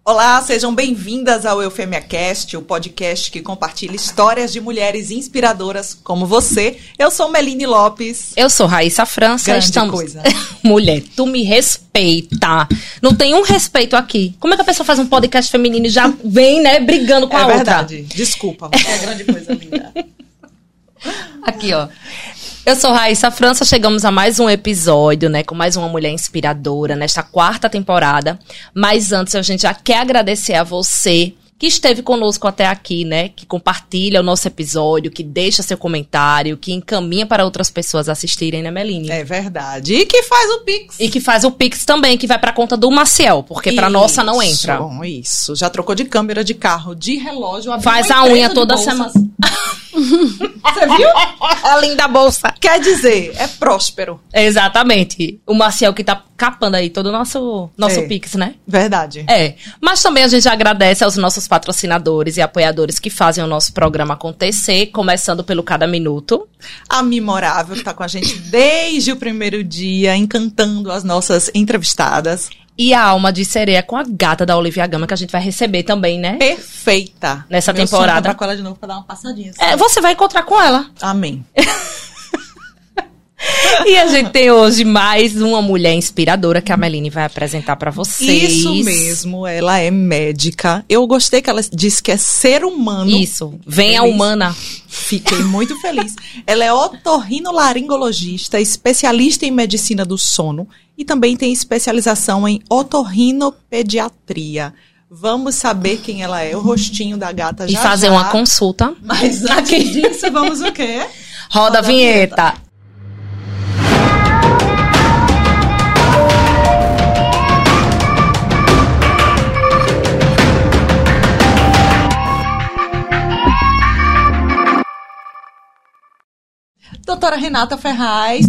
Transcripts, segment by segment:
Olá, sejam bem-vindas ao Eufêmia Cast, o podcast que compartilha histórias de mulheres inspiradoras como você. Eu sou Meline Lopes. Eu sou Raíssa França. Grande coisa. Mulher, tu me respeita. Não tem um respeito aqui. Como é que a pessoa faz um podcast feminino e já vem, né, brigando com a outra? É verdade. Desculpa, você é grande coisa, linda. Aqui, ó. Eu sou Raíssa França, chegamos a mais um episódio, né, com mais uma mulher inspiradora nesta 4ª temporada. Mas antes, a gente já quer agradecer a você que esteve conosco até aqui, né, que compartilha o nosso episódio, que deixa seu comentário, que encaminha para outras pessoas assistirem, né, Meline? É verdade. E que faz o Pix. E que faz o Pix também, que vai para a conta do Maciel, porque para nossa não entra. Isso. Já trocou de câmera, de carro, de relógio. Faz a unha toda semana. Você viu? A linda bolsa. Quer dizer, é próspero. Exatamente. O Maciel que tá capando aí todo o nosso Pix, né? Verdade. É. Mas também a gente agradece aos nossos patrocinadores e apoiadores que fazem o nosso programa acontecer, começando pelo Cada Minuto. A Memorável, que tá com a gente desde o primeiro dia, encantando as nossas entrevistadas. E a Alma de Sereia com a gata da Olivia Gama, que a gente vai receber também, né? Perfeita. Nessa temporada. Vou encontrar com ela de novo pra dar uma passadinha. Você vai encontrar com ela. Amém. E a gente tem hoje mais uma mulher inspiradora que a Meline vai apresentar pra vocês. Isso mesmo, ela é médica. Eu gostei que ela disse que é ser humano. Isso, vem a humana. Fiquei muito feliz. Ela é otorrinolaringologista, especialista em medicina do sono e também tem especialização em otorrinopediatria. Vamos saber quem ela é, o rostinho da gata já. E fazer uma consulta. Mas antes disso, vamos o quê? Roda a vinheta. Doutora Renata Ferraz,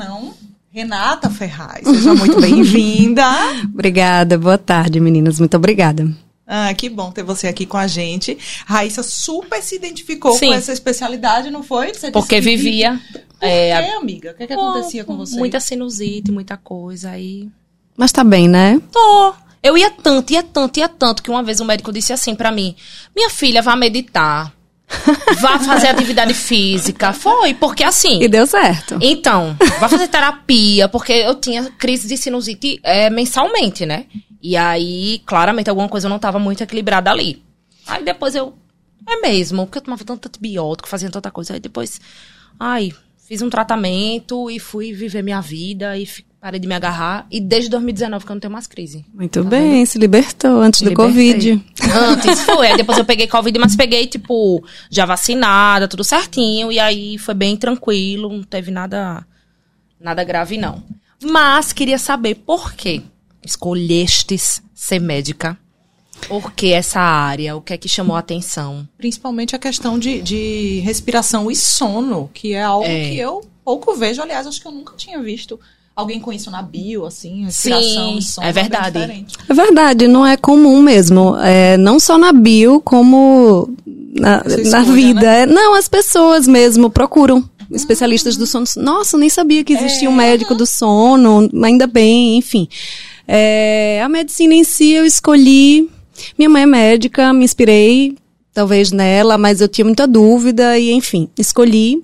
Renata Ferraz, seja muito bem-vinda. Obrigada, boa tarde, meninas, muito obrigada. Ah, que bom ter você aqui com a gente. Raíssa super se identificou com essa especialidade, não foi? Você porque vivia. Por quê, amiga? O que acontecia com você? Muita sinusite, muita coisa aí. Mas tá bem, né? Tô. Eu ia tanto, que uma vez o médico disse assim pra mim: minha filha, vá meditar. Vá fazer atividade física. Foi, porque assim... E deu certo. Então, vá fazer terapia, porque eu tinha crise de sinusite mensalmente, né? E aí, claramente, alguma coisa não estava muito equilibrada ali. Aí depois porque eu tomava tanto antibiótico, fazia tanta coisa. Aí depois, fiz um tratamento e fui viver minha vida e parei de me agarrar. E desde 2019 que eu não tenho mais crise. Muito bem, se libertou antes do Covid. Antes foi. Aí depois eu peguei Covid, mas peguei, já vacinada, tudo certinho. E aí foi bem tranquilo, não teve nada grave, não. Mas queria saber por que escolhestes ser médica. Por que essa área? O que é que chamou a atenção? Principalmente a questão de respiração e sono, que é algo que eu pouco vejo. Aliás, acho que eu nunca tinha visto alguém com isso na bio, assim, respiração e sono. É verdade. É verdade, não é comum mesmo. Não só na bio, como na vida. Né? Não, as pessoas mesmo procuram especialistas do sono. Nossa, nem sabia que existia um médico do sono, ainda bem, enfim. A medicina em si eu escolhi. Minha mãe é médica, me inspirei, talvez nela, mas eu tinha muita dúvida e, enfim, escolhi.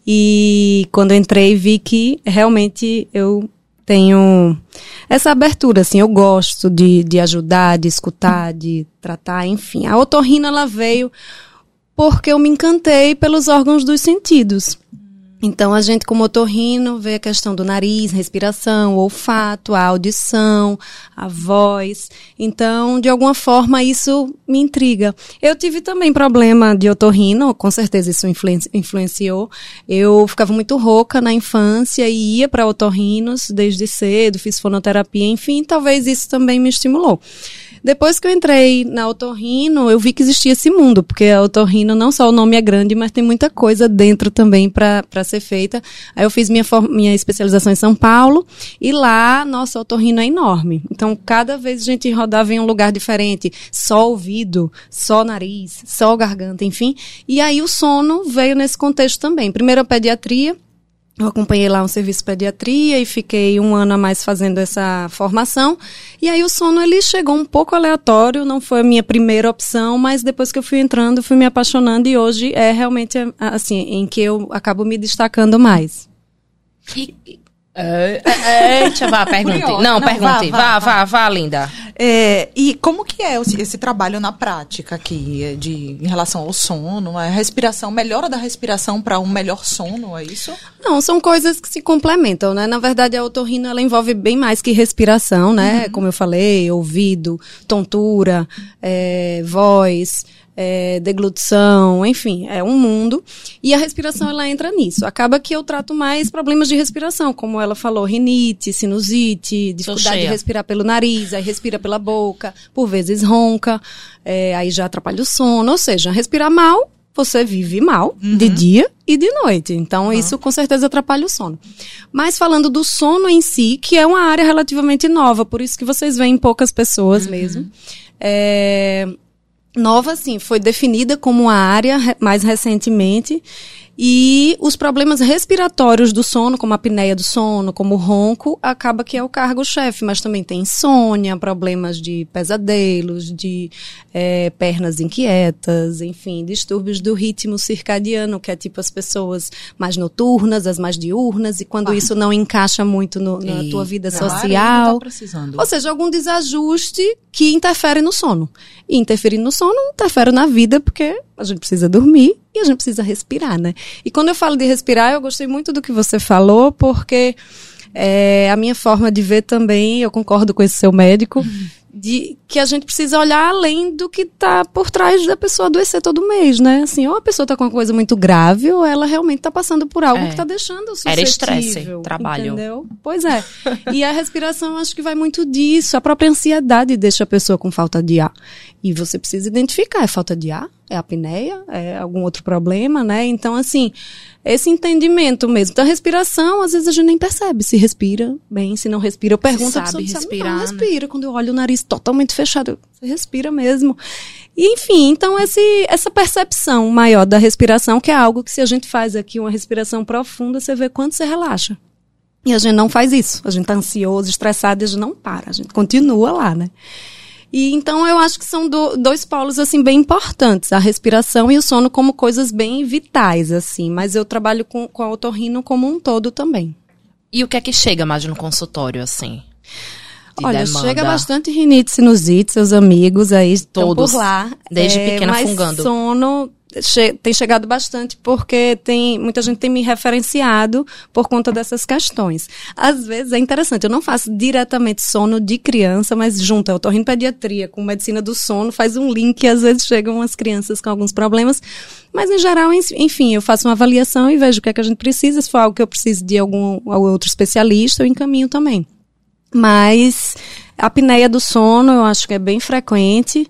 E quando eu entrei, vi que realmente eu tenho essa abertura, assim, eu gosto de ajudar, de escutar, de tratar, enfim. A otorrina, ela veio porque eu me encantei pelos órgãos dos sentidos. Então, a gente, como otorrino, vê a questão do nariz, respiração, o olfato, a audição, a voz. Então, de alguma forma, isso me intriga. Eu tive também problema de otorrino, com certeza isso influenciou. Eu ficava muito rouca na infância e ia para otorrinos desde cedo, fiz fonoterapia, enfim, talvez isso também me estimulou. Depois que eu entrei na otorrino, eu vi que existia esse mundo, porque a otorrino não só o nome é grande, mas tem muita coisa dentro também para ser feita. Aí eu fiz minha especialização em São Paulo e lá, nossa, a otorrino é enorme. Então, cada vez a gente rodava em um lugar diferente, só ouvido, só nariz, só garganta, enfim. E aí o sono veio nesse contexto também. Primeiro a pediatria, Eu acompanhei lá um serviço de pediatria e fiquei 1 ano a mais fazendo essa formação. E aí o sono, ele chegou um pouco aleatório, não foi a minha primeira opção, mas depois que eu fui entrando, fui me apaixonando e hoje é realmente, assim, em que eu acabo me destacando mais. Deixa eu pergunte. Não, pergunte. Vá, Linda. E como que é esse trabalho na prática aqui, em relação ao sono? A respiração, melhora da respiração para um melhor sono, é isso? Não, são coisas que se complementam, né? Na verdade, a otorrino, ela envolve bem mais que respiração, né? Como eu falei, ouvido, tontura, voz, deglutição, enfim, é um mundo. E a respiração, ela entra nisso. Acaba que eu trato mais problemas de respiração, como ela falou, rinite, sinusite, dificuldade de respirar pelo nariz, aí respira pela boca, por vezes ronca, aí já atrapalha o sono. Ou seja, respirar mal, você vive mal de dia e de noite. Então, isso com certeza atrapalha o sono. Mas falando do sono em si, que é uma área relativamente nova, por isso que vocês veem poucas pessoas mesmo. Nova, sim, foi definida como uma área mais recentemente, e os problemas respiratórios do sono, como a apneia do sono, como o ronco, acaba que é o cargo-chefe, mas também tem insônia, problemas de pesadelos, de pernas inquietas, enfim, distúrbios do ritmo circadiano, que é tipo as pessoas mais noturnas, as mais diurnas, e quando isso não encaixa muito na tua vida social, ou seja, algum desajuste que interfere no sono. E interferir no sono, interfere na vida, porque a gente precisa dormir e a gente precisa respirar, né? E quando eu falo de respirar, eu gostei muito do que você falou, porque a minha forma de ver também, eu concordo com esse seu médico, de que a gente precisa olhar além do que está por trás da pessoa adoecer todo mês, né? Assim, ou a pessoa está com uma coisa muito grave, ou ela realmente está passando por algo que está deixando suscetível. Era estresse, trabalho. Entendeu? Pois é. E a respiração, acho que vai muito disso. A própria ansiedade deixa a pessoa com falta de ar. E você precisa identificar, é falta de ar? É apneia? É algum outro problema, né? Então, assim, esse entendimento mesmo. Então, a respiração, às vezes a gente nem percebe se respira bem, se não respira. Eu pergunto, a pessoa respirar, não respira. Quando eu olho o nariz totalmente fechado, você respira mesmo. E, enfim, então essa percepção maior da respiração, que é algo que se a gente faz aqui uma respiração profunda, você vê quanto você relaxa. E a gente não faz isso. A gente tá ansioso, estressado, e a gente não para. A gente continua lá, né? E então eu acho que são dois polos assim bem importantes, a respiração e o sono como coisas bem vitais, assim, mas eu trabalho com a otorrino como um todo também. E o que é que chega mais no consultório, assim? Olha, chega bastante rinite, sinusite, seus amigos aí estão por lá. Desde pequena fungando. Mas sono tem chegado bastante porque muita gente tem me referenciado por conta dessas questões. Às vezes é interessante, eu não faço diretamente sono de criança, mas junto a otorrinopediatria com medicina do sono, faz um link e às vezes chegam as crianças com alguns problemas, mas em geral, enfim, eu faço uma avaliação e vejo o que é que a gente precisa, se for algo que eu preciso de algum outro especialista, eu encaminho também. Mas a apneia do sono eu acho que é bem frequente.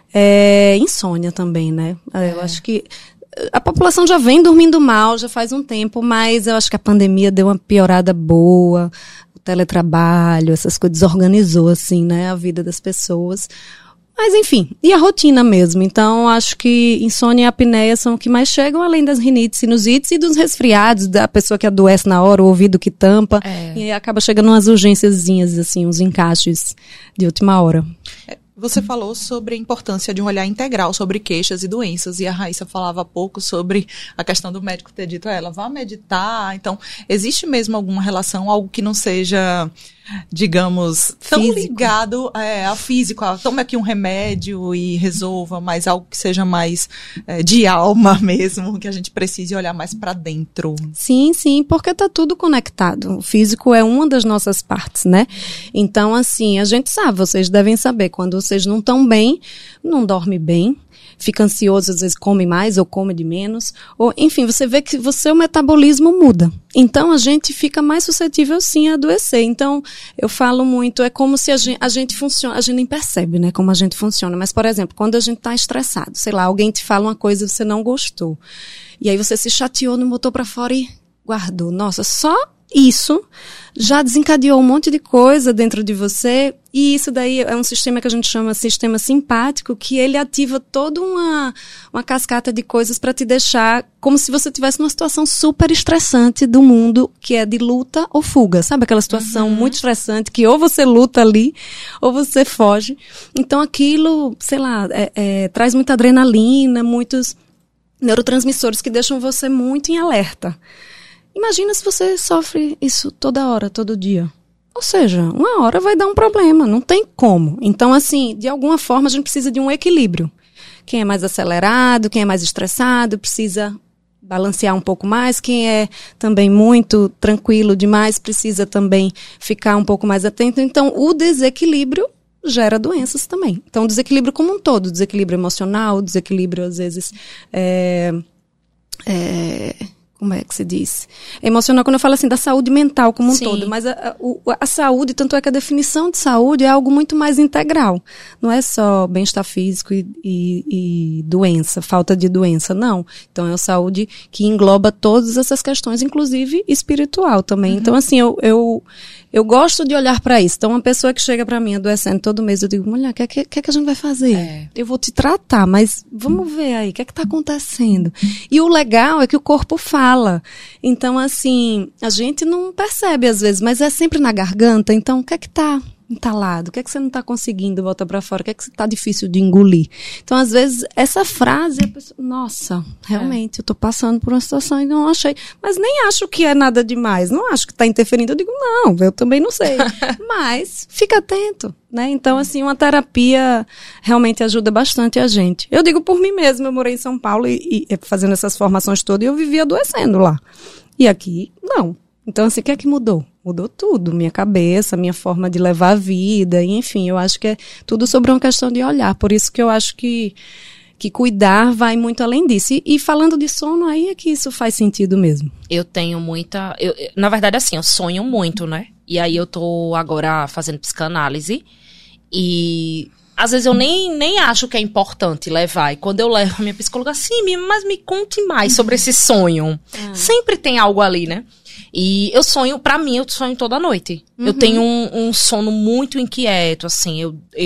Insônia também, né? Eu acho que a população já vem dormindo mal, já faz um tempo, mas eu acho que a pandemia deu uma piorada boa, o teletrabalho, essas coisas desorganizou, assim, né, a vida das pessoas. Mas, enfim, e a rotina mesmo. Então, acho que insônia e apneia são o que mais chegam, além das rinites, sinusites e dos resfriados, da pessoa que adoece na hora, o ouvido que tampa, e acaba chegando umas urgênciazinhas, assim, uns encaixes de última hora. Você falou sobre a importância de um olhar integral sobre queixas e doenças, e a Raíssa falava há pouco sobre a questão do médico ter dito a ela, vá meditar. Então, existe mesmo alguma relação, algo que não seja, digamos, tão ligado a físico, tome aqui um remédio e resolva, mas algo que seja mais de alma mesmo, que a gente precise olhar mais para dentro. Sim, porque tá tudo conectado. O físico é uma das nossas partes, né? Então, assim, a gente sabe, vocês devem saber, quando vocês não estão bem, não dorme bem, fica ansioso, às vezes come mais ou come de menos, ou, enfim, você vê que o seu metabolismo muda. Então, a gente fica mais suscetível, sim, a adoecer. Então, eu falo muito, é como se a gente funciona, a gente nem percebe, né, como a gente funciona. Mas, por exemplo, quando a gente tá estressado, sei lá, alguém te fala uma coisa e você não gostou, e aí você se chateou, não botou pra fora e guardou. Nossa, só isso já desencadeou um monte de coisa dentro de você, e isso daí é um sistema que a gente chama sistema simpático, que ele ativa toda uma cascata de coisas para te deixar como se você estivesse numa situação super estressante do mundo, que é de luta ou fuga, sabe? Aquela situação muito estressante, que ou você luta ali, ou você foge. Então aquilo, sei lá, traz muita adrenalina, muitos neurotransmissores que deixam você muito em alerta. Imagina se você sofre isso toda hora, todo dia. Ou seja, uma hora vai dar um problema, não tem como. Então, assim, de alguma forma a gente precisa de um equilíbrio. Quem é mais acelerado, quem é mais estressado, precisa balancear um pouco mais. Quem é também muito tranquilo demais, precisa também ficar um pouco mais atento. Então, o desequilíbrio gera doenças também. Então, o desequilíbrio como um todo, desequilíbrio emocional, desequilíbrio, às vezes, como é que se diz? Emocional, quando eu falo assim, da saúde mental como um todo. Mas a saúde, tanto é que a definição de saúde é algo muito mais integral. Não é só bem-estar físico e doença, falta de doença, não. Então, é a saúde que engloba todas essas questões, inclusive espiritual também. Então, assim, eu gosto de olhar para isso. Então, uma pessoa que chega para mim adoecendo todo mês, eu digo, mulher, o que a gente vai fazer? Eu vou te tratar, mas vamos ver aí, o que é que está acontecendo? E o legal é que o corpo fala. Então, assim, a gente não percebe às vezes, mas é sempre na garganta. Então, o que é que está entalado? O que é que você não está conseguindo botar para fora? O que é que está difícil de engolir? Então, às vezes, essa frase, a pessoa, nossa, realmente, eu estou passando por uma situação e não achei, mas nem acho que é nada demais, não acho que está interferindo. Eu digo, não, eu também não sei. Mas, fica atento, né? Então, assim, uma terapia realmente ajuda bastante a gente. Eu digo por mim mesma, eu morei em São Paulo e fazendo essas formações todas, e eu vivia adoecendo lá. E aqui, não. Então, assim, o que é que mudou? Mudou tudo, minha cabeça, minha forma de levar a vida, enfim, eu acho que é tudo sobre uma questão de olhar, por isso que eu acho que cuidar vai muito além disso. E falando de sono, aí é que isso faz sentido mesmo. Eu tenho na verdade, assim, eu sonho muito, né? E aí eu tô agora fazendo psicanálise e às vezes eu nem acho que é importante levar. E quando eu levo a minha psicóloga, assim, mas me conte mais sobre esse sonho. Sempre tem algo ali, né? E eu sonho, pra mim, eu sonho toda noite. Eu tenho um sono muito inquieto, assim,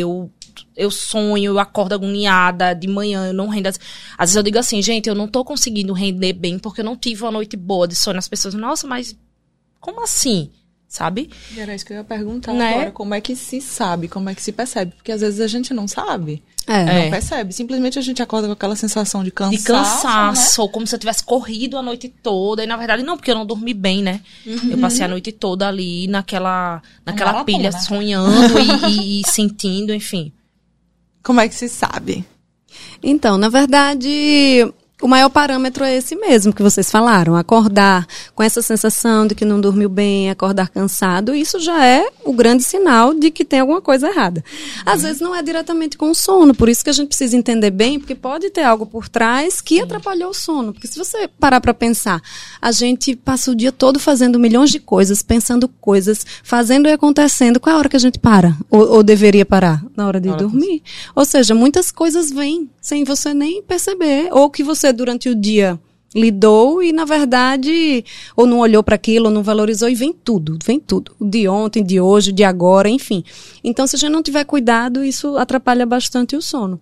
eu sonho, eu acordo agoniada de manhã, eu não rendo. Às vezes eu digo assim, gente, eu não tô conseguindo render bem porque eu não tive uma noite boa de sono. As pessoas, nossa, mas como assim? Sabe? Era isso que eu ia perguntar agora. Como é que se sabe? Como é que se percebe? Porque às vezes a gente não sabe. Não percebe. Simplesmente a gente acorda com aquela sensação de cansaço. De cansaço, né? Como se eu tivesse corrido a noite toda. E na verdade não, porque eu não dormi bem, né? Eu passei a noite toda ali naquela pilha, sonhando e sentindo, enfim. Como é que se sabe? Então, na verdade, o maior parâmetro é esse mesmo que vocês falaram. Acordar com essa sensação de que não dormiu bem, acordar cansado, isso já é o grande sinal de que tem alguma coisa errada. Às vezes não é diretamente com o sono, por isso que a gente precisa entender bem, porque pode ter algo por trás que atrapalhou o sono. Porque se você parar para pensar, a gente passa o dia todo fazendo milhões de coisas, pensando coisas, fazendo e acontecendo. Qual é a hora que a gente para? Ou deveria parar? Na hora de dormir. Ou seja, muitas coisas vêm sem você nem perceber, ou que você durante o dia lidou e, na verdade, ou não olhou para aquilo, ou não valorizou, e vem tudo. O de ontem, de hoje, de agora, enfim. Então, se a gente não tiver cuidado, isso atrapalha bastante o sono.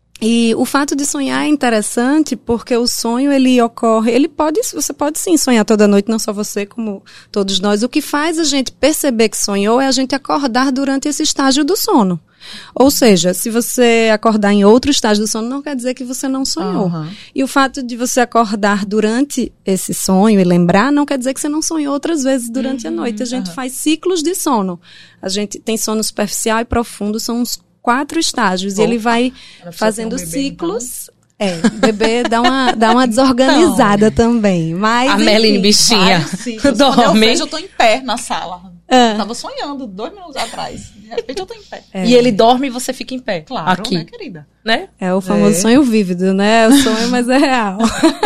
E o fato de sonhar é interessante porque o sonho, ele ocorre, você pode sim sonhar toda noite, não só você, como todos nós. O que faz a gente perceber que sonhou é a gente acordar durante esse estágio do sono. Ou seja, se você acordar em outro estágio do sono, não quer dizer que você não sonhou. E o fato de você acordar durante esse sonho e lembrar, não quer dizer que você não sonhou outras vezes durante a noite. A gente faz ciclos de sono. A gente tem sono superficial e profundo, são uns 4 estágios. E ele vai fazendo ciclos. Então. Bebê dá uma desorganizada também. Mas, a Meline, bichinha, dorme. Quando eu vejo, eu tô em pé na sala. Eu tava sonhando 2 minutos atrás. De repente eu tô em pé. E ele dorme e você fica em pé. Claro, aqui. Né, querida? Né? É o famoso sonho vívido, né? É o sonho, mas é real.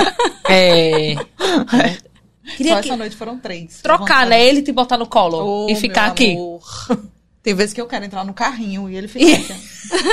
Só essa noite foram 3. Trocar, né? Ele te botar no colo e ficar aqui. Amor. Tem vezes que eu quero entrar no carrinho e ele fica aqui.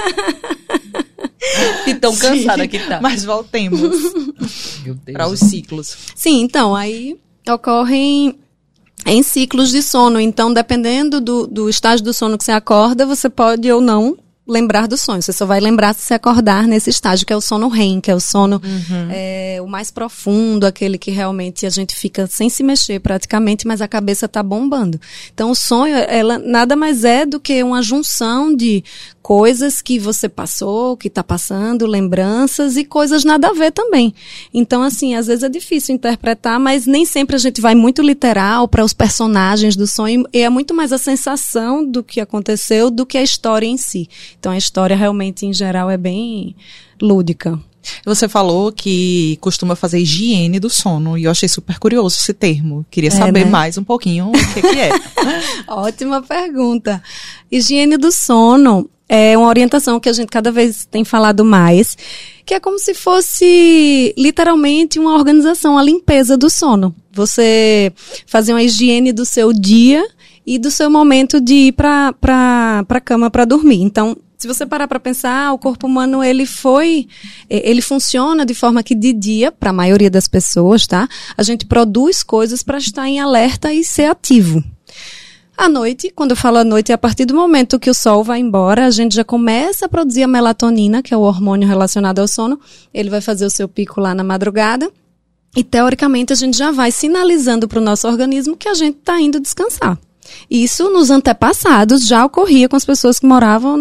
E tão cansada que tá. Mas voltemos Meu Deus. para os ciclos. Sim, então, aí ocorrem em ciclos de sono. Então, dependendo do estágio do sono que você acorda, você pode ou não lembrar do sonho. Você só vai lembrar se você acordar nesse estágio, que é o sono REM, que é o sono o mais profundo, aquele que realmente a gente fica sem se mexer praticamente, mas a cabeça está bombando. Então, o sonho, ela nada mais é do que uma junção de coisas que você passou, que está passando, lembranças e coisas nada a ver também. Então, assim, às vezes é difícil interpretar, mas nem sempre a gente vai muito literal para os personagens do sonho, e é muito mais a sensação do que aconteceu do que a história em si. Então, a história realmente, em geral, é bem lúdica. Você falou que costuma fazer higiene do sono, e eu achei super curioso esse termo. Queria saber mais um pouquinho o que é. Ótima pergunta. Higiene do sono é uma orientação que a gente cada vez tem falado mais, que é como se fosse literalmente uma organização, a limpeza do sono. Você fazer uma higiene do seu dia e do seu momento de ir para a cama para dormir. Então, se você parar para pensar, o corpo humano, ele funciona de forma que de dia, para a maioria das pessoas, tá? A gente produz coisas para estar em alerta e ser ativo. À noite, quando eu falo à noite, é a partir do momento que o sol vai embora, a gente já começa a produzir a melatonina, que é o hormônio relacionado ao sono. Ele vai fazer o seu pico lá na madrugada. E, teoricamente, a gente já vai sinalizando para o nosso organismo que a gente está indo descansar. Isso nos antepassados já ocorria com as pessoas que moravam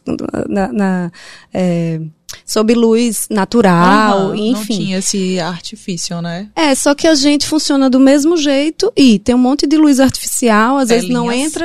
sob luz natural, enfim. Não tinha esse artifício, né? Só que a gente funciona do mesmo jeito e tem um monte de luz artificial, às vezes não entra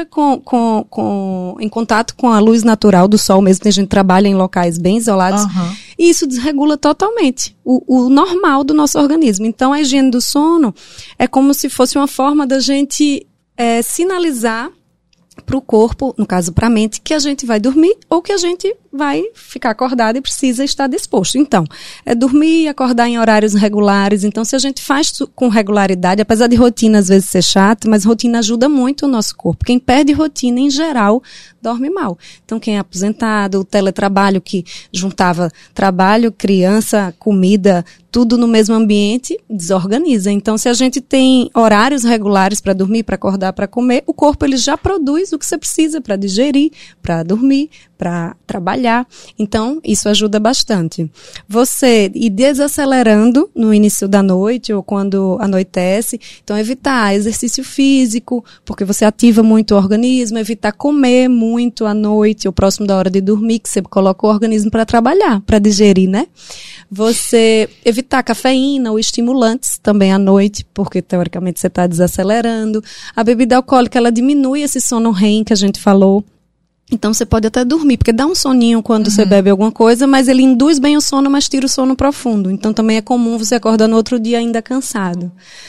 em contato com a luz natural do sol mesmo, tem gente que trabalha em locais bem isolados, e isso desregula totalmente o normal do nosso organismo. Então, a higiene do sono é como se fosse uma forma da gente sinalizar para o corpo, no caso para a mente, que a gente vai dormir ou que a gente vai ficar acordado e precisa estar disposto. Então, é dormir e acordar em horários regulares. Então, se a gente faz com regularidade, apesar de rotina às vezes ser chata, mas rotina ajuda muito o nosso corpo. Quem perde rotina, em geral, dorme mal. Então, quem é aposentado, o teletrabalho que juntava trabalho, criança, comida, tudo no mesmo ambiente, desorganiza. Então, se a gente tem horários regulares para dormir, para acordar, para comer, o corpo ele já produz o que você precisa para digerir, para dormir, para trabalhar. Então, isso ajuda bastante. Você ir desacelerando no início da noite ou quando anoitece. Então, evitar exercício físico, porque você ativa muito o organismo. Evitar comer muito à noite ou próximo da hora de dormir, que você coloca o organismo para trabalhar, para digerir, né? Você evitar cafeína ou estimulantes também à noite, porque teoricamente você está desacelerando. A bebida alcoólica, ela diminui esse sono REM que a gente falou. Então, você pode até dormir, porque dá um soninho quando você bebe alguma coisa, mas ele induz bem o sono, mas tira o sono profundo. Então, também é comum você acordar no outro dia ainda cansado.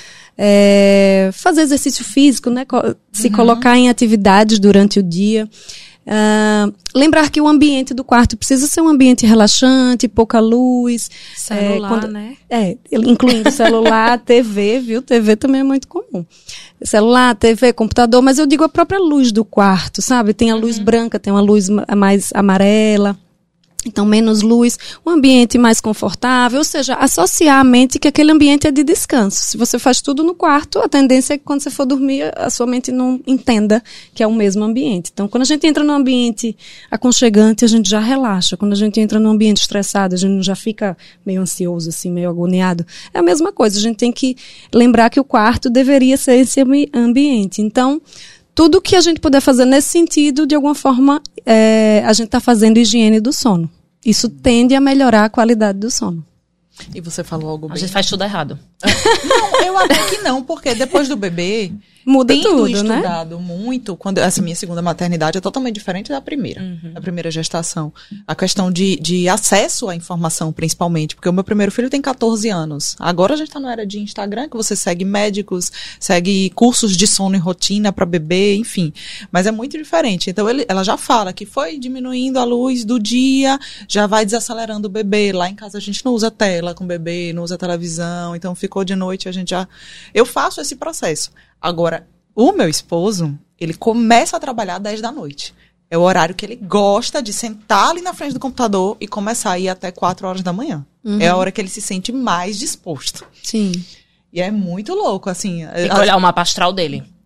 Fazer exercício físico, né? Se colocar em atividades durante o dia. Lembrar que o ambiente do quarto precisa ser um ambiente relaxante, pouca luz. Celular, né? Incluindo celular, TV, viu? TV também é muito comum. Celular, TV, computador, mas eu digo a própria luz do quarto, sabe? Tem a luz branca, tem uma luz mais amarela. Então, menos luz, um ambiente mais confortável, ou seja, associar a mente que aquele ambiente é de descanso. Se você faz tudo no quarto, a tendência é que quando você for dormir, a sua mente não entenda que é o mesmo ambiente. Então, quando a gente entra num ambiente aconchegante, a gente já relaxa. Quando a gente entra num ambiente estressado, a gente já fica meio ansioso, assim, meio agoniado. É a mesma coisa, a gente tem que lembrar que o quarto deveria ser esse ambiente. Então, tudo que a gente puder fazer nesse sentido, de alguma forma, a gente está fazendo higiene do sono. Isso tende a melhorar a qualidade do sono. E você falou algo bem... A gente faz tudo errado. Não, eu até que não, porque depois do bebê... Muda tudo, estudado muito, quando essa minha segunda maternidade é totalmente diferente da primeira, da primeira gestação. A questão de acesso à informação, principalmente, porque o meu primeiro filho tem 14 anos. Agora a gente tá na era de Instagram, que você segue médicos, segue cursos de sono e rotina para bebê, enfim. Mas é muito diferente. Então ela já fala que foi diminuindo a luz do dia, já vai desacelerando o bebê. Lá em casa a gente não usa tela com o bebê, não usa televisão, então ficou de noite, a gente já... Eu faço esse processo. Agora, o meu esposo, ele começa a trabalhar às 10 da noite. É o horário que ele gosta de sentar ali na frente do computador e começar a ir até 4 horas da manhã. É a hora que ele se sente mais disposto. Sim. E é muito louco, assim. Tem que olhar o mapa astral dele.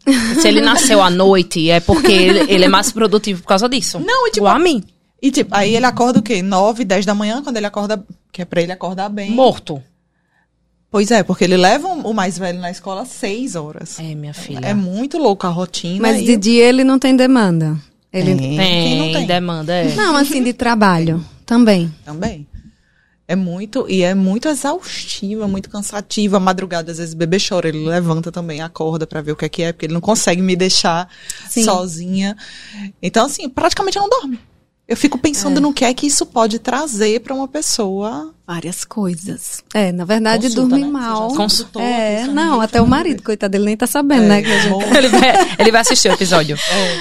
Se ele nasceu à noite, é porque ele é mais produtivo por causa disso. Não, e tipo... Igual a mim. E tipo, aí ele acorda o quê? 9, 10 da manhã, quando ele acorda... Que é pra ele acordar bem. Morto. Pois é, porque ele leva o mais velho na escola às 6 horas. É, minha filha. É muito louco a rotina. Mas de dia ele não tem demanda. Ele Quem não tem? Demanda, é. Não, assim, de trabalho também. Também. É muito exaustiva, muito cansativa. Madrugada, às vezes, o bebê chora, ele levanta também, acorda pra ver o que é, porque ele não consegue me deixar sozinha. Então, assim, praticamente não dorme. Eu fico pensando no que é que isso pode trazer pra uma pessoa. Várias coisas. Na verdade, Consulta, dormir né? mal. Consultou. Não, até o marido, coitado, ele nem tá sabendo, né? Que a gente... Ele vai assistir o episódio.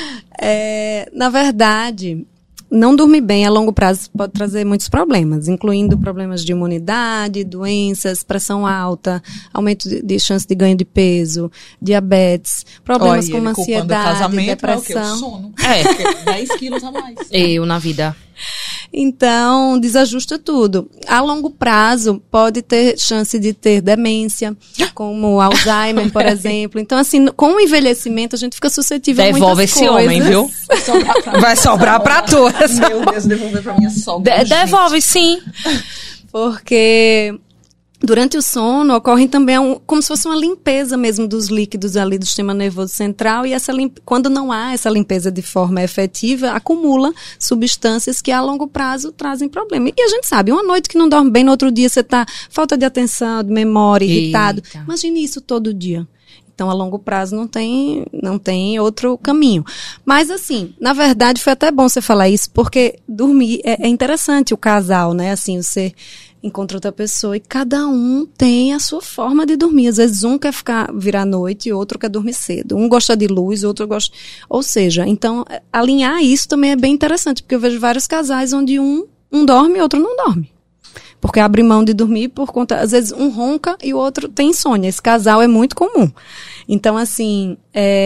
Na verdade, não dormir bem a longo prazo pode trazer muitos problemas, incluindo problemas de imunidade, doenças, pressão alta, aumento de chance de ganho de peso, diabetes, problemas como ansiedade, depressão. É o sono. 10 quilos a mais. Eu na vida. Então, desajusta tudo. A longo prazo, pode ter chance de ter demência, como Alzheimer, por exemplo. Então, assim, com o envelhecimento, a gente fica suscetível a muitas coisas. Devolve esse homem, viu? Vai sobrar pra todas. Meu Deus, devolver pra minha sogra. Devolve, sim. Porque... durante o sono, ocorre também como se fosse uma limpeza mesmo dos líquidos ali do sistema nervoso central, e quando não há essa limpeza de forma efetiva, acumula substâncias que a longo prazo trazem problema. E a gente sabe, uma noite que não dorme bem, no outro dia você tá falta de atenção, de memória, irritado. Imagine isso todo dia. Então, a longo prazo não tem outro caminho. Mas, assim, na verdade, foi até bom você falar isso, porque dormir é interessante o casal, né? Assim, você encontra outra pessoa e cada um tem a sua forma de dormir. Às vezes, um quer virar à noite e outro quer dormir cedo. Um gosta de luz, outro gosta... Ou seja, então, alinhar isso também é bem interessante, porque eu vejo vários casais onde um dorme e outro não dorme. Porque abre mão de dormir por conta... Às vezes, um ronca e o outro tem insônia. Esse casal é muito comum. Então, assim,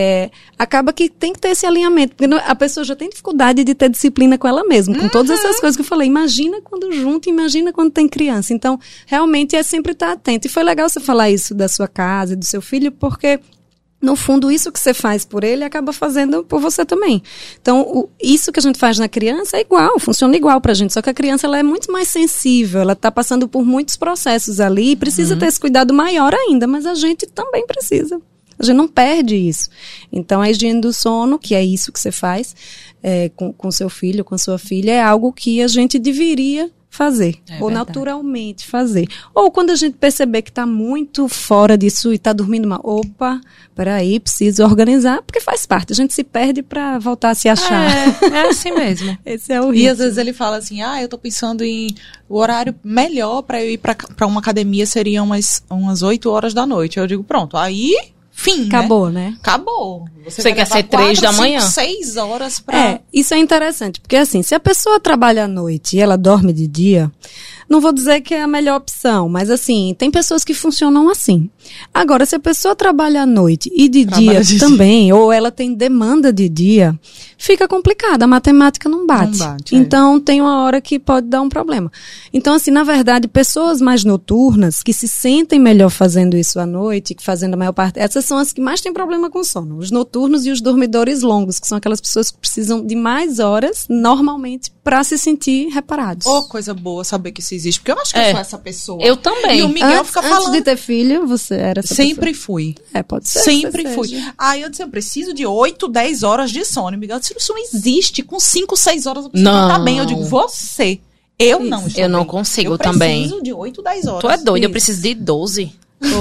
acaba que tem que ter esse alinhamento. Porque a pessoa já tem dificuldade de ter disciplina com ela mesma. Com todas essas coisas que eu falei. Imagina quando junto, imagina quando tem criança. Então, realmente, é sempre estar atento. E foi legal você falar isso da sua casa, do seu filho, porque... no fundo, isso que você faz por ele acaba fazendo por você também. Então, isso que a gente faz na criança é igual, funciona igual pra gente. Só que a criança, ela é muito mais sensível, ela tá passando por muitos processos ali e precisa ter esse cuidado maior ainda, mas a gente também precisa. A gente não perde isso. Então, a higiene do sono, que é isso que você faz com seu filho, com sua filha, é algo que a gente deveria fazer, ou verdade. Naturalmente fazer. Ou quando a gente perceber que está muito fora disso e está dormindo mal, peraí, preciso organizar, porque faz parte, a gente se perde para voltar a se achar. É assim mesmo. Esse é o ritmo. E às vezes ele fala assim, eu tô pensando em o horário melhor para eu ir para uma academia seria umas 8 horas da noite. Eu digo, pronto, aí... fim, acabou, né? Acabou. Você quer ser 3 da manhã? 6 horas pra... isso é interessante, porque assim, se a pessoa trabalha à noite e ela dorme de dia, não vou dizer que é a melhor opção, mas assim, tem pessoas que funcionam assim. Agora, se a pessoa trabalha à noite e de dia também, ou ela tem demanda de dia, fica complicado, a matemática não bate. Então, tem uma hora que pode dar um problema. Então, assim, na verdade, pessoas mais noturnas, que se sentem melhor fazendo isso à noite, fazendo a maior parte, essas são as que mais têm problema com sono. Os noturnos e os dormidores longos, que são aquelas pessoas que precisam de mais horas, normalmente, para se sentir reparados. Coisa boa saber que isso existe, porque eu acho que eu sou essa pessoa. Eu também. E o Miguel fica falando... Antes de ter filho, você era essa Sempre pessoa? Fui. Pode ser. Sempre fui. Aí eu disse, eu preciso de 8, 10 horas de sono. E o Miguel disse, isso não existe. Com 5, 6 horas eu preciso estar bem. Eu digo, você. Eu não estou Eu não bem. consigo também. Eu preciso de 8, 10 horas. Tu é doido, eu preciso de 12.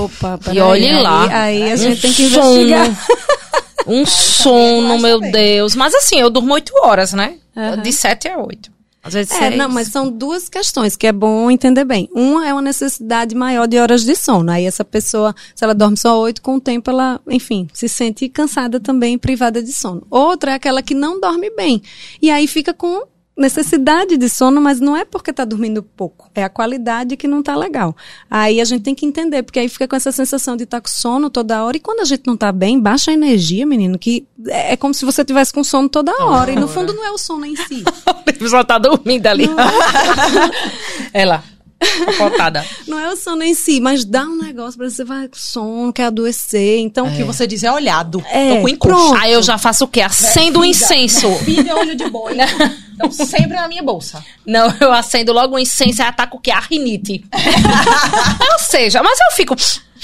E olhe lá. Aí a gente tem que investigar. Um sono, meu Deus. Mas assim, eu durmo 8 horas, né? De 7 a 8. Às vezes 6. Não, mas são duas questões que é bom entender bem. Uma é uma necessidade maior de horas de sono. Aí essa pessoa, se ela dorme só 8, com o tempo ela, enfim, se sente cansada também, privada de sono. Outra é aquela que não dorme bem. E aí fica com necessidade de sono, mas não é porque tá dormindo pouco. É a qualidade que não tá legal. Aí a gente tem que entender, porque aí fica com essa sensação de estar com sono toda hora. E quando a gente não tá bem, baixa a energia, menino, que é como se você tivesse com sono toda hora. E no fundo não é o sono em si. A pessoa tá dormindo ali. Ela... capotada. Não é o sono em si, mas dá um negócio pra você, vai com sono, quer adoecer, então... O que você diz é olhado. É, Tô com encosto. pronto. Aí eu já faço o quê? Acendo um incenso. Vida é olho de boi. Então, sempre na minha bolsa. Não, eu acendo logo um incenso e ataco o quê? A rinite. Ou seja, mas eu fico...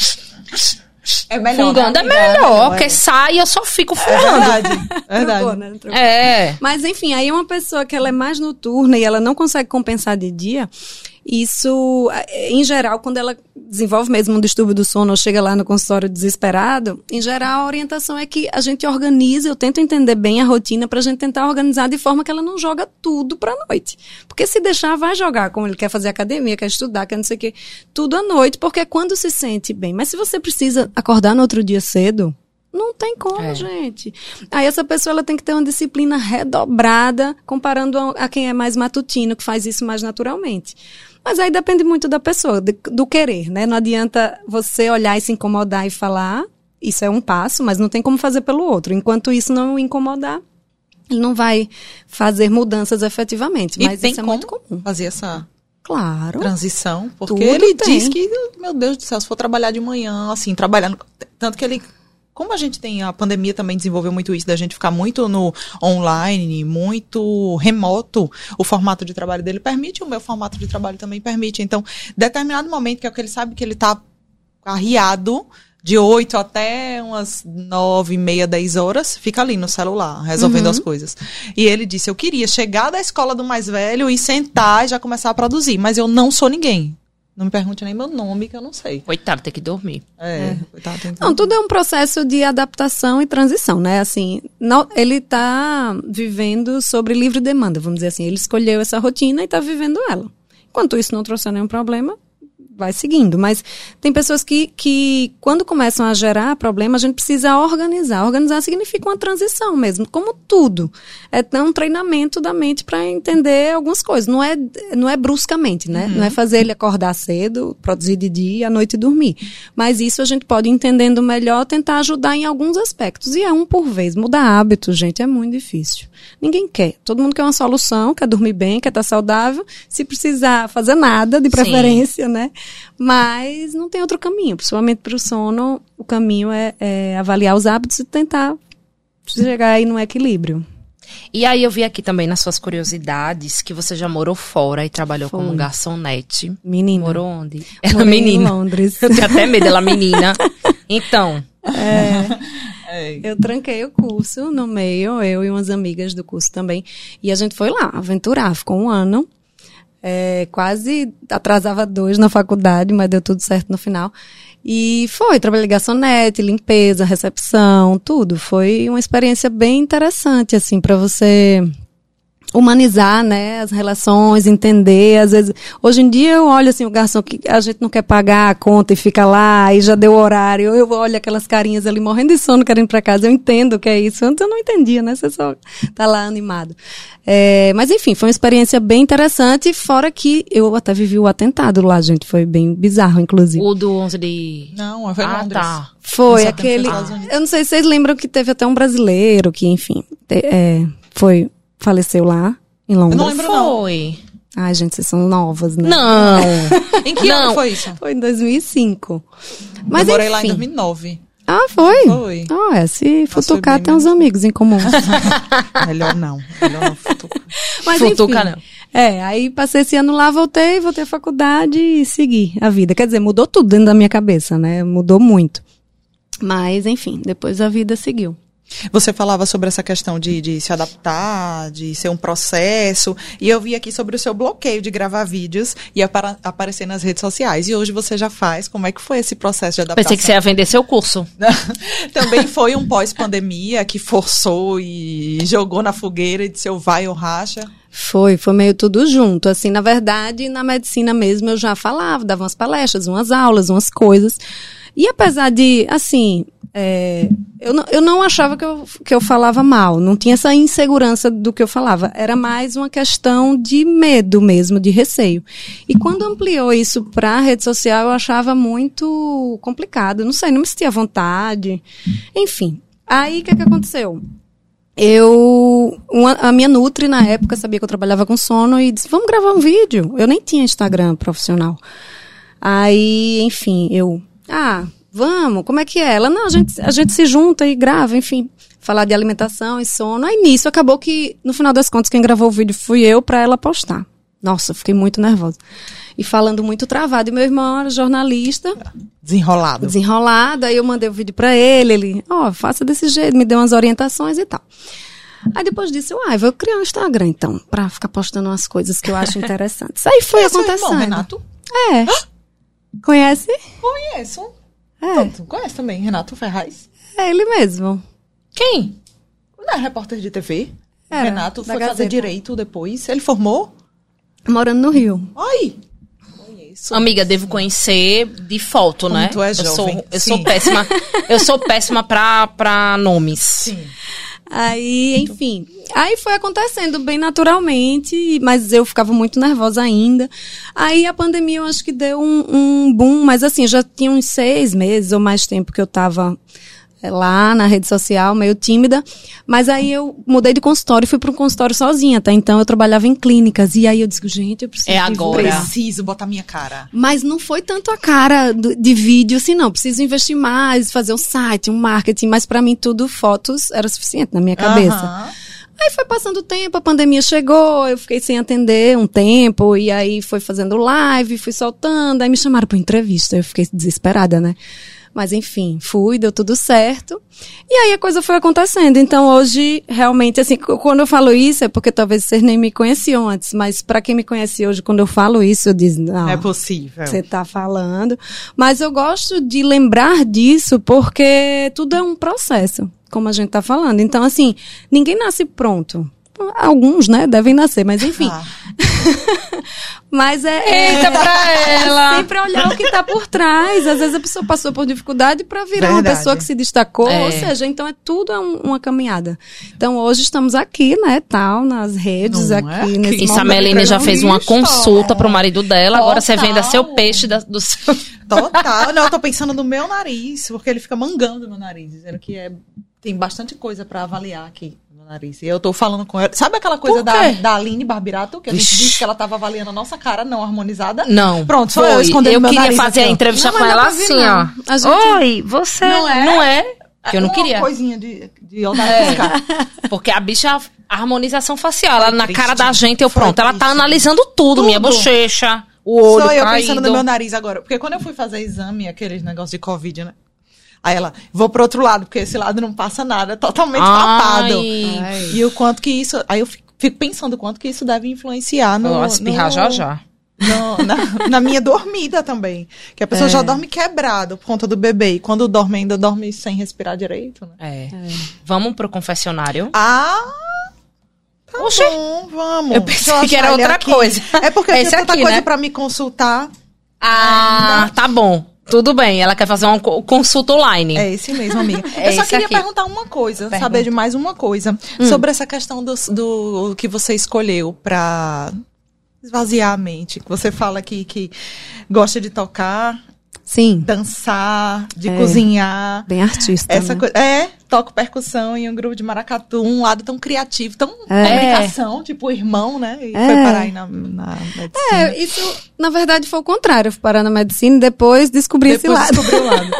É melhor. Fungando é melhor, porque sai e eu só fico fungando. Verdade. Trocou, né? Trocou. É. Mas, enfim, aí uma pessoa que ela é mais noturna e ela não consegue compensar de dia, isso, em geral, quando ela desenvolve mesmo um distúrbio do sono ou chega lá no consultório desesperado, em geral, a orientação é que a gente organiza, eu tento entender bem a rotina pra gente tentar organizar de forma que ela não joga tudo pra noite. Porque se deixar, vai jogar, como ele quer fazer academia, quer estudar, quer não sei o quê, tudo à noite, porque é quando se sente bem. Mas se você precisa acordar no outro dia cedo, não tem como, gente. Aí essa pessoa ela tem que ter uma disciplina redobrada, comparando a quem é mais matutino, que faz isso mais naturalmente. Mas aí depende muito da pessoa, do querer, né? Não adianta você olhar e se incomodar e falar, isso é um passo, mas não tem como fazer pelo outro. Enquanto isso não o incomodar, ele não vai fazer mudanças efetivamente. Mas isso é muito comum. Fazer essa Claro. transição, porque Tudo ele tem. diz que, meu Deus do céu, se for trabalhar de manhã, assim, trabalhando, tanto que ele, como a gente tem, a pandemia também desenvolveu muito isso, da gente ficar muito no online, muito remoto, o formato de trabalho dele permite, o meu formato de trabalho também permite, então, determinado momento, que é o que ele sabe que ele tá arriado, de 8 até umas 9:30, 10 horas, fica ali no celular, resolvendo as coisas. E ele disse, eu queria chegar da escola do mais velho e sentar e já começar a produzir, mas eu não sou ninguém. Não me pergunte nem meu nome, que eu não sei. Coitado, tem que dormir. Coitado, tem que Não, tudo é um processo de adaptação e transição, né? Assim, ele tá vivendo sobre livre demanda, vamos dizer assim. Ele escolheu essa rotina e tá vivendo ela. Enquanto isso não trouxer nenhum problema, vai seguindo. Mas tem pessoas que quando começam a gerar problema, a gente precisa organizar. Organizar significa uma transição mesmo, como tudo. É um treinamento da mente para entender algumas coisas. Não é bruscamente, né? Não é fazer ele acordar cedo, produzir de dia e à noite dormir. Mas isso a gente pode, entendendo melhor, tentar ajudar em alguns aspectos. E é um por vez. Mudar hábitos, gente, é muito difícil. Ninguém quer. Todo mundo quer uma solução, quer dormir bem, quer estar saudável. Se precisar fazer nada, de preferência, né? Mas não tem outro caminho, principalmente para o sono, o caminho é avaliar os hábitos e tentar chegar aí no equilíbrio. E aí eu vi aqui também nas suas curiosidades que você já morou fora e trabalhou Foi. como garçonete. Menina. Morou onde? Morei menina. em Londres. Eu tenho até medo dela, menina. Então, Eu tranquei o curso no meio, eu e umas amigas do curso também. E a gente foi lá aventurar, ficou 1 ano. Quase atrasava 2 na faculdade, mas deu tudo certo no final. E trabalhei garçonete, limpeza, recepção, tudo. Foi uma experiência bem interessante, assim, para você humanizar, né, as relações, entender, às vezes, hoje em dia eu olho assim, o garçom que a gente não quer pagar a conta e fica lá, e já deu o horário, eu olho aquelas carinhas ali morrendo de sono, querendo ir pra casa, eu entendo o que é isso, antes eu não entendia, né, você só tá lá animado. Mas enfim, foi uma experiência bem interessante, fora que eu até vivi o atentado lá, gente, foi bem bizarro, inclusive. o do 11 de... Não, foi Londres. tá. Foi Esse aquele, atentado nos Estados Unidos. eu não sei se vocês lembram que teve até um brasileiro que, enfim, faleceu lá, em Londres. Eu não lembro, não. Foi. Ai, gente, vocês são novas, né? Não. Em que ano foi isso? Foi em 2005. Mas, eu morei enfim. lá em 2009. Ah, foi? Foi. Se futucar, foi bem tem uns amigos em comum. Melhor não, futuca. Mas, Futuca, enfim. não. Aí passei esse ano lá, voltei à faculdade e segui a vida. Quer dizer, mudou tudo dentro da minha cabeça, né? Mudou muito. Mas, enfim, depois a vida seguiu. Você falava sobre essa questão de se adaptar, de ser um processo, e eu vi aqui sobre o seu bloqueio de gravar vídeos e aparecer nas redes sociais. E hoje você já faz. Como é que foi esse processo de adaptação? Pensei que você ia vender seu curso. Também foi um pós-pandemia que forçou e jogou na fogueira e disse, vai ou racha? Foi meio tudo junto, assim, na verdade, na medicina mesmo eu já falava, dava umas palestras, umas aulas, umas coisas, e apesar de, assim, eu não achava que eu falava mal, não tinha essa insegurança do que eu falava, era mais uma questão de medo mesmo, de receio. E quando ampliou isso para a rede social, eu achava muito complicado, não sei, não me sentia à vontade, enfim. Aí, o que aconteceu? a minha Nutri, na época, sabia que eu trabalhava com sono e disse, vamos gravar um vídeo. Eu nem tinha Instagram profissional. Aí, enfim, vamos, como é que é? Ela, não, a gente se junta e grava, enfim, falar de alimentação e sono. Aí nisso, acabou que, no final das contas, quem gravou o vídeo fui eu pra ela postar. Nossa, fiquei muito nervosa. E falando muito travado. E meu irmão era jornalista. Desenrolado. Aí eu mandei o vídeo pra ele. Faça desse jeito, me deu umas orientações e tal. Aí depois disso, eu vou criar um Instagram, então, pra ficar postando umas coisas que eu acho interessantes. Aí foi acontecendo. Seu irmão, Renato? É. Conhece? Conheço. Tu conhece também, Renato Ferraz? É ele mesmo. Quem? Não é repórter de TV? Era, Renato foi Gazeta. fazer direito depois. Ele formou? Morando no Rio. Ai! Conheço. Amiga, devo conhecer de foto, Como né? tu é jovem. Eu sou péssima. Eu sou péssima pra nomes. Sim. Aí, enfim, aí foi acontecendo bem naturalmente, mas eu ficava muito nervosa ainda. Aí a pandemia eu acho que deu um boom, mas assim, já tinha uns 6 meses ou mais tempo que eu tava lá na rede social, meio tímida, mas aí eu mudei de consultório e fui para um consultório sozinha, tá? Então eu trabalhava em clínicas, e aí eu disse, gente, eu preciso agora. Preciso botar minha cara. Mas não foi tanto a cara de vídeo, assim, não. Preciso investir mais, fazer um site, um marketing, mas pra mim tudo, fotos, era suficiente na minha cabeça. Aí foi passando o tempo, a pandemia chegou, eu fiquei sem atender um tempo, e aí foi fazendo live, fui soltando, aí me chamaram pra entrevista, eu fiquei desesperada, né? Mas enfim, deu tudo certo. E aí a coisa foi acontecendo. Então hoje, realmente, assim, quando eu falo isso é porque talvez vocês nem me conheciam antes, mas pra quem me conhece hoje, quando eu falo isso, eu digo, não. É possível. Você tá falando. Mas eu gosto de lembrar disso porque tudo é um processo, como a gente tá falando. Então, assim, ninguém nasce pronto. Alguns, né, devem nascer, mas enfim. Mas Eita pra ela! Sempre olhar o que tá por trás. Às vezes a pessoa passou por dificuldade pra virar uma pessoa que se destacou. Ou seja, então tudo é uma caminhada. Então hoje estamos aqui, né, nas redes, Não aqui é? nesse E Sameline já fez uma consulta pro marido dela, agora você venda seu peixe do seu... Total. Não, eu tô pensando no meu nariz, porque ele fica mangando no nariz, dizendo que tem bastante coisa pra avaliar aqui no nariz. E eu tô falando com ela. Sabe aquela coisa da Aline Barbirato, que a gente disse que ela tava avaliando a nossa cara não harmonizada? Não. Pronto, só eu escondendo meu queria nariz fazer aqui, a entrevista com ela assim, ó. Oi, você não é? Que eu não queria. Uma coisinha de olhar piscar. Porque a bicha, a harmonização facial, ela na triste. cara da gente, pronto, ela tá triste. analisando tudo, minha bochecha, o olho Só eu caído. pensando no meu nariz agora. Porque quando eu fui fazer exame, aqueles negócios de Covid, né? Aí ela, vou pro outro lado, porque esse lado não passa nada, é totalmente tapado. E o quanto que isso... Aí eu fico pensando o quanto que isso deve influenciar no... Vou espirrar já. Na minha dormida também. Que a pessoa já dorme quebrado por conta do bebê. E quando dorme, ainda dorme sem respirar direito, né? Vamos pro confessionário? Tá Oxê. bom, vamos. Eu pensei que era outra coisa. É porque É eu esse tenho tanta aqui, coisa né? pra me consultar. Tá bom. Tudo bem, ela quer fazer uma consulta online. É esse mesmo, amiga. É Eu só esse queria aqui. perguntar uma coisa, saber de mais uma coisa. Sobre essa questão do que você escolheu pra esvaziar a mente. Que você fala que gosta de tocar, Sim, dançar, de cozinhar. bem artista, Essa né? coisa. Toco percussão em um grupo de maracatu, um lado tão criativo, tão comunicação, tipo irmão, né? E foi parar aí na medicina. Isso, na verdade, foi o contrário. Eu fui parar na medicina e depois descobri esse lado. Descobriu o lado.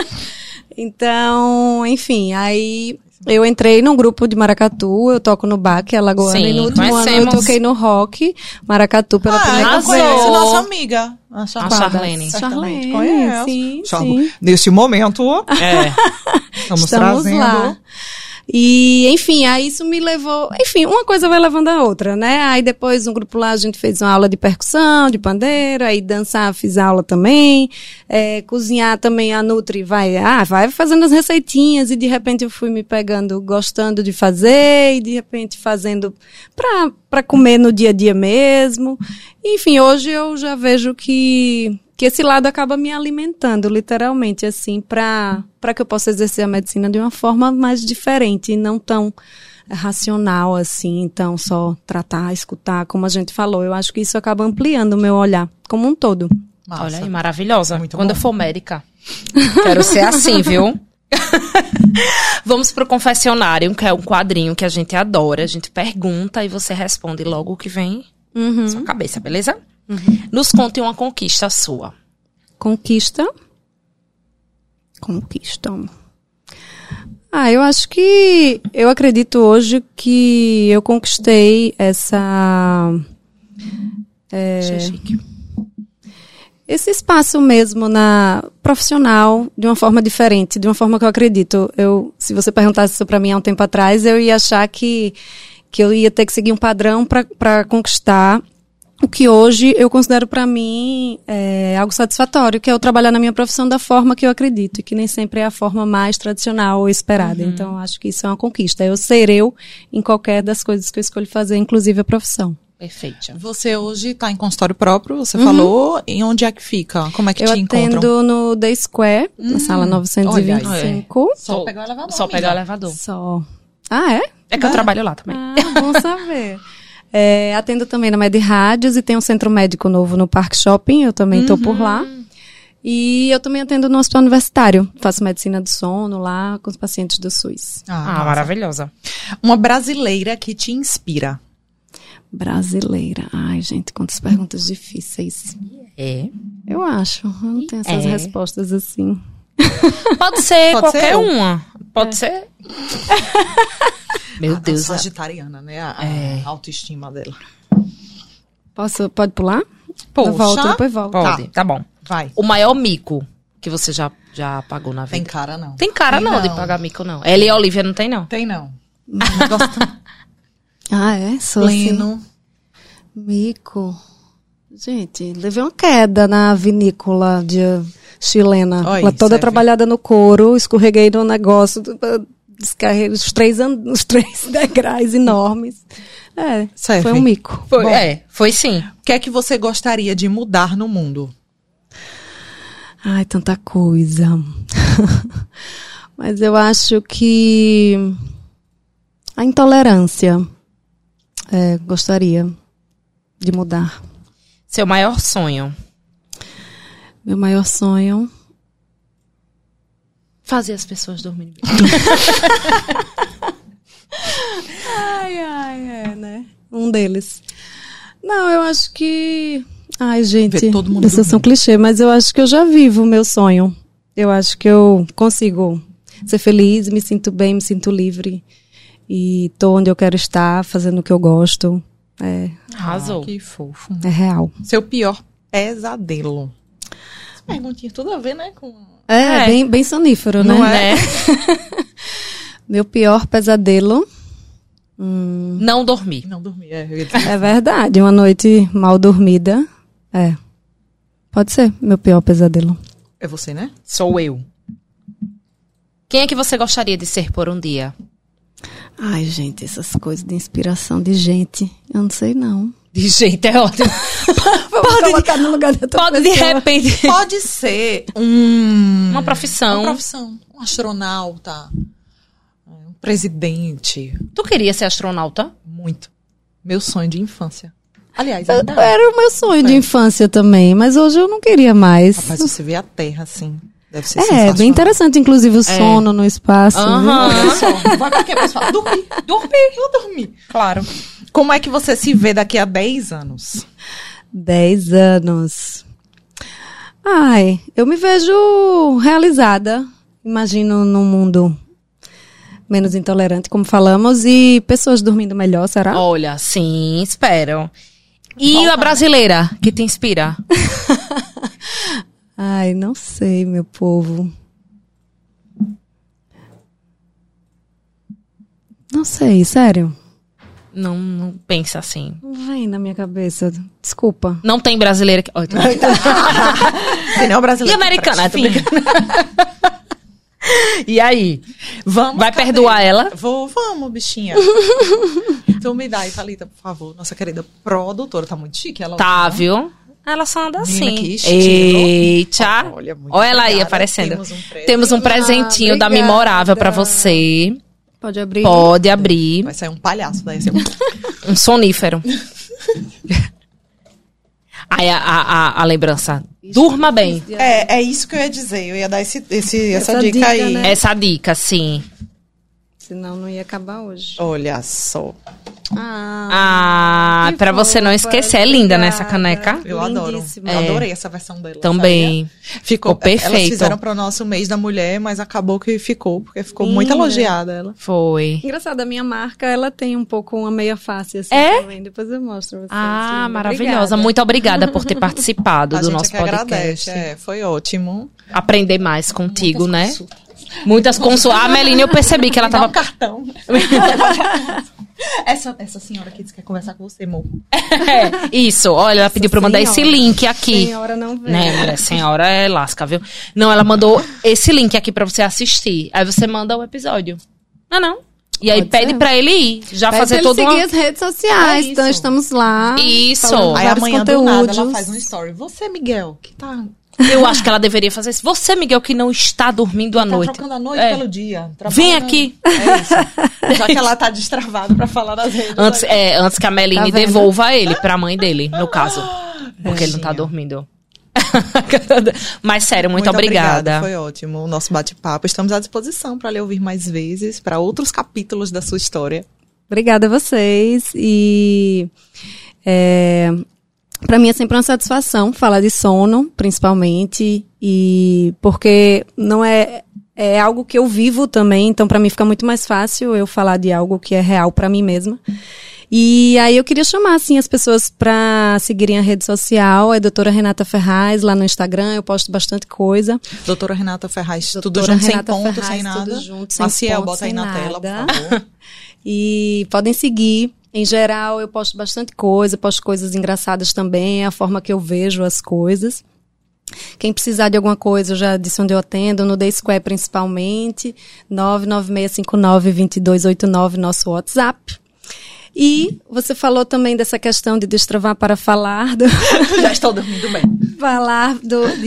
Então, enfim, aí eu entrei num grupo de maracatu, eu toco no BAC, Alagoana, Sim, e no último ano eu conhecemos. toquei no rock, maracatu pela primeira Eu arrasou. vez. conheço nossa amiga, a Charlene. Certamente conheço. Sim, Charlene. sim. Neste momento, estamos Estamos trazendo... lá. E, enfim, aí isso me levou... Enfim, uma coisa vai levando a outra, né? Aí depois, no grupo lá, a gente fez uma aula de percussão, de pandeiro, aí dançar, fiz aula também. Cozinhar também, a Nutri vai fazendo as receitinhas e de repente eu fui me pegando, gostando de fazer e de repente fazendo pra comer no dia a dia mesmo. Enfim, hoje eu já vejo que esse lado acaba me alimentando, literalmente, assim, para que eu possa exercer a medicina de uma forma mais diferente e não tão racional, assim, então só tratar, escutar, como a gente falou. Eu acho que isso acaba ampliando o meu olhar como um todo. Massa. Olha aí, maravilhosa. Muito Quando bom. eu for médica, quero ser assim, viu? Vamos pro confessionário, que é um quadrinho que a gente adora. A gente pergunta e você responde logo o que vem na sua cabeça, beleza? Nos conte uma conquista sua. Conquista. Eu acho que... Eu acredito hoje que eu conquistei essa... esse espaço mesmo profissional de uma forma diferente, de uma forma que eu acredito. Se você perguntasse isso pra mim há um tempo atrás, eu ia achar que eu ia ter que seguir um padrão para conquistar o que hoje eu considero pra mim algo satisfatório, que é eu trabalhar na minha profissão da forma que eu acredito, e que nem sempre é a forma mais tradicional ou esperada. Então, eu acho que isso é uma conquista. Eu ser eu em qualquer das coisas que eu escolho fazer, inclusive a profissão. Perfeito. Você hoje está em consultório próprio, você falou. E onde é que fica? Como é que te encontram? Eu atendo no The Square, na sala 925. Só pegar o elevador. Só pegar o elevador. Só. Ah, é? É que eu trabalho lá também. Ah, bom saber. Atendo também na Med Rádios e tem um centro médico novo no Parque Shopping, eu também estou por lá. E eu também atendo no hospital universitário. Faço medicina do sono lá com os pacientes do SUS. Maravilhosa. Uma brasileira que te inspira. Brasileira. Ai, gente, quantas perguntas difíceis. Eu acho. Eu não tenho essas respostas assim. Pode ser qualquer uma. Pode ser. Meu Deus. A sagitariana, né? A autoestima dela. Pode pular? Poxa. Eu volto, depois volto. Pode, tá bom. Vai. O maior mico que você já pagou na vida. Tem cara, não. Tem cara não de pagar mico, não. Ela e a Olivia não tem, não. Tem, não. Sou pleno. Assim. Mico. Gente, levei uma queda na vinícola chilena. Oi, ela toda trabalhada no couro, escorreguei no negócio, descarreguei os 3 degraus enormes. Foi um mico. Foi sim. O que é que você gostaria de mudar no mundo? Ai, tanta coisa. Mas eu acho que a intolerância gostaria de mudar. Seu maior sonho? Meu maior sonho... Fazer as pessoas dormirem. né? Um deles. Não, eu acho que... Ai, gente, todo mundo essas são clichê, mas eu acho que eu já vivo o meu sonho. Eu acho que eu consigo ser feliz, me sinto bem, me sinto livre. E tô onde eu quero estar, fazendo o que eu gosto. Arrasou. Que fofo. É real. Seu pior pesadelo. Essa perguntinha tudo a ver, né? Bem sonífero, né? Não é? Meu pior pesadelo... Não dormir. Não dormir, É verdade, uma noite mal dormida. Pode ser meu pior pesadelo. É você, né? Sou eu. Quem é que você gostaria de ser por um dia? Ai, gente, essas coisas de inspiração de gente, eu não sei não. De gente, é ótimo. Colocar no lugar da outra pode de pessoa. repente. Pode ser uma profissão. Um astronauta. Um presidente. Tu queria ser astronauta? Muito. Meu sonho de infância. Aliás, era o meu sonho de infância também, mas hoje eu não queria mais. Rapaz, você vê a Terra assim. Deve ser sensacional. Bem interessante, inclusive, o sono no espaço. Olha só, vai pra quê? Dormir. Claro. Como é que você se vê daqui a 10 anos? 10 anos. Ai, eu me vejo realizada. Imagino num mundo menos intolerante, como falamos, e pessoas dormindo melhor, será? Olha, sim, espero. E a brasileira que te inspira? Ai, não sei, meu povo. Não sei, sério. Não pensa assim. Não vem na minha cabeça. Desculpa. Não tem brasileira que... Oh, Tem não brasileira. E americana? E aí? Vamos, vai perdoar ela? Vamos, bichinha. Então me dá aí, Thalita, por favor. Nossa querida produtora. Tá muito chique ela. Tá, hoje, viu? Ela só anda assim. Que estilo. Eita. Olha ela aí aparecendo. Temos um presentinho obrigada. da Memorável pra você. Pode abrir? Pode abrir. Vai sair um palhaço daí. Assim. Um sonífero. Aí a lembrança. Durma bem. É isso que eu ia dizer. Eu ia dar essa dica aí. né? Essa dica, sim. Senão não ia acabar hoje. Olha só. Pra você não esquecer. É linda, né, essa caneca? Eu adoro. Eu adorei essa versão dela. Também. Ficou perfeito. Elas fizeram para o nosso mês da mulher, mas acabou que ficou, porque ficou muito elogiada ela. Foi. Engraçado, a minha marca, ela tem um pouco uma meia face assim também. Depois eu mostro pra vocês. Maravilhosa. Obrigada. Muito obrigada por ter participado do nosso podcast. Agradece. Foi ótimo. Aprender mais contigo, né? Muitas consultas. A Meline, eu percebi que ela tava... Dá um cartão. Essa senhora aqui disse que quer conversar com você, amor. Isso. Olha, ela pediu pra eu mandar esse link aqui. Senhora não vê. Né, mulher? Senhora é lasca, viu? Não, ela mandou esse link aqui pra você assistir. Aí você manda o episódio. Não. E aí pede pra ele ir. Já pede fazer todo seguir as redes sociais. Então estamos lá. Isso. Aí amanhã do nada ela conteúdos. faz um story. Você, Miguel, que tá... Eu acho que ela deveria fazer isso. Você, Miguel, que não está dormindo à noite. Tá trocando a noite pelo dia. Vem aqui. É isso. Já que ela tá destravada pra falar das redes. Antes que a Meline devolva ele pra mãe dele, no caso. Porque ele não tá dormindo. Mas sério, muito obrigada. Foi ótimo o nosso bate-papo. Estamos à disposição para lhe ouvir mais vezes, para outros capítulos da sua história. Obrigada a vocês. E para mim é sempre uma satisfação falar de sono, principalmente, e porque não é algo que eu vivo também, então para mim fica muito mais fácil eu falar de algo que é real para mim mesma. E aí eu queria chamar, assim, as pessoas para seguirem a rede social, é doutora Renata Ferraz, lá no Instagram, eu posto bastante coisa. Doutora Renata Ferraz, tudo Doutora junto, Renata sem ponto, Ferraz, sem nada. tudo junto, sem Maciel, ponto, bota aí sem na tela, por nada. favor. E podem seguir. Em geral, eu posto bastante coisa, posto coisas engraçadas também, é a forma que eu vejo as coisas. Quem precisar de alguma coisa, eu já disse onde eu atendo, no The Square principalmente, 99659-2289, nosso WhatsApp. E você falou também dessa questão de destravar para falar. Já estou dormindo bem. Falar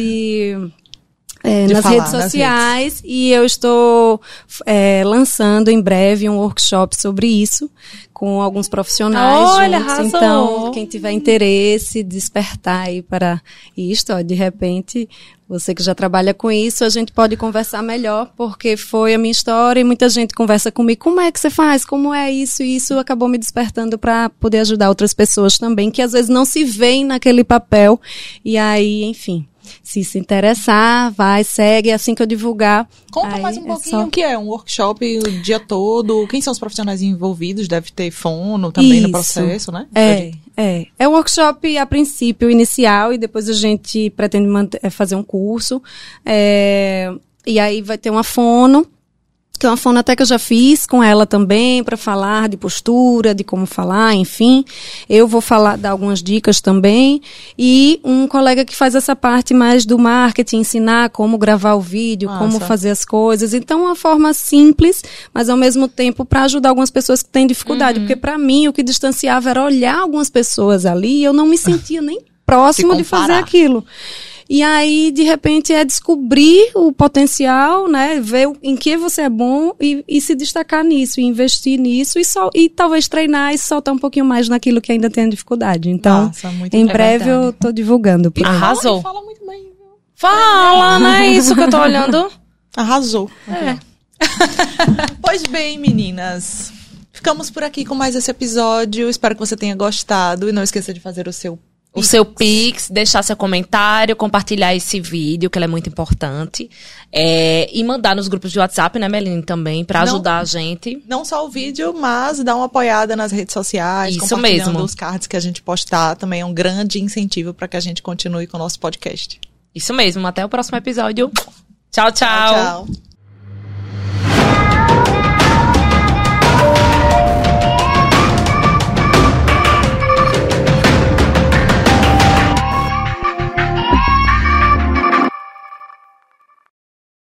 nas redes sociais. E eu estou lançando em breve um workshop sobre isso, com alguns profissionais juntos. Arrasou. Então, quem tiver interesse, despertar aí para isto, de repente, você que já trabalha com isso, a gente pode conversar melhor, porque foi a minha história e muita gente conversa comigo. Como é que você faz? Como é isso? E isso acabou me despertando para poder ajudar outras pessoas também, que às vezes não se veem naquele papel. E aí, enfim, se interessar, vai, segue, assim que eu divulgar. Conta mais um pouquinho o que é um workshop o dia todo, quem são os profissionais envolvidos, deve ter fono também no processo, né? É um workshop a princípio inicial e depois a gente pretende fazer um curso, e aí vai ter uma fono, que é uma fono até que eu já fiz com ela também, para falar de postura, de como falar, enfim. Eu vou dar algumas dicas também. E um colega que faz essa parte mais do marketing, ensinar como gravar o vídeo, como fazer as coisas. Então, uma forma simples, mas ao mesmo tempo para ajudar algumas pessoas que têm dificuldade. Porque para mim, o que distanciava era olhar algumas pessoas ali e eu não me sentia nem próximo de fazer aquilo. E aí, de repente, é descobrir o potencial, né? Ver em que você é bom e se destacar nisso, e investir nisso e talvez treinar e soltar um pouquinho mais naquilo que ainda tem dificuldade. Então, em breve eu tô divulgando. Arrasou. Fala muito bem, viu? Fala, não é isso que eu tô olhando? Arrasou. Pois bem, meninas, ficamos por aqui com mais esse episódio. Espero que você tenha gostado e não esqueça de fazer o seu Pix, deixar seu comentário, compartilhar esse vídeo, que ele é muito importante. E mandar nos grupos de WhatsApp, né, Meline, também, pra ajudar a gente. Não só o vídeo, mas dar uma apoiada nas redes sociais, isso compartilhando mesmo. Os cards que a gente postar, também é um grande incentivo para que a gente continue com o nosso podcast. Isso mesmo, até o próximo episódio. Tchau, tchau. Tchau, tchau.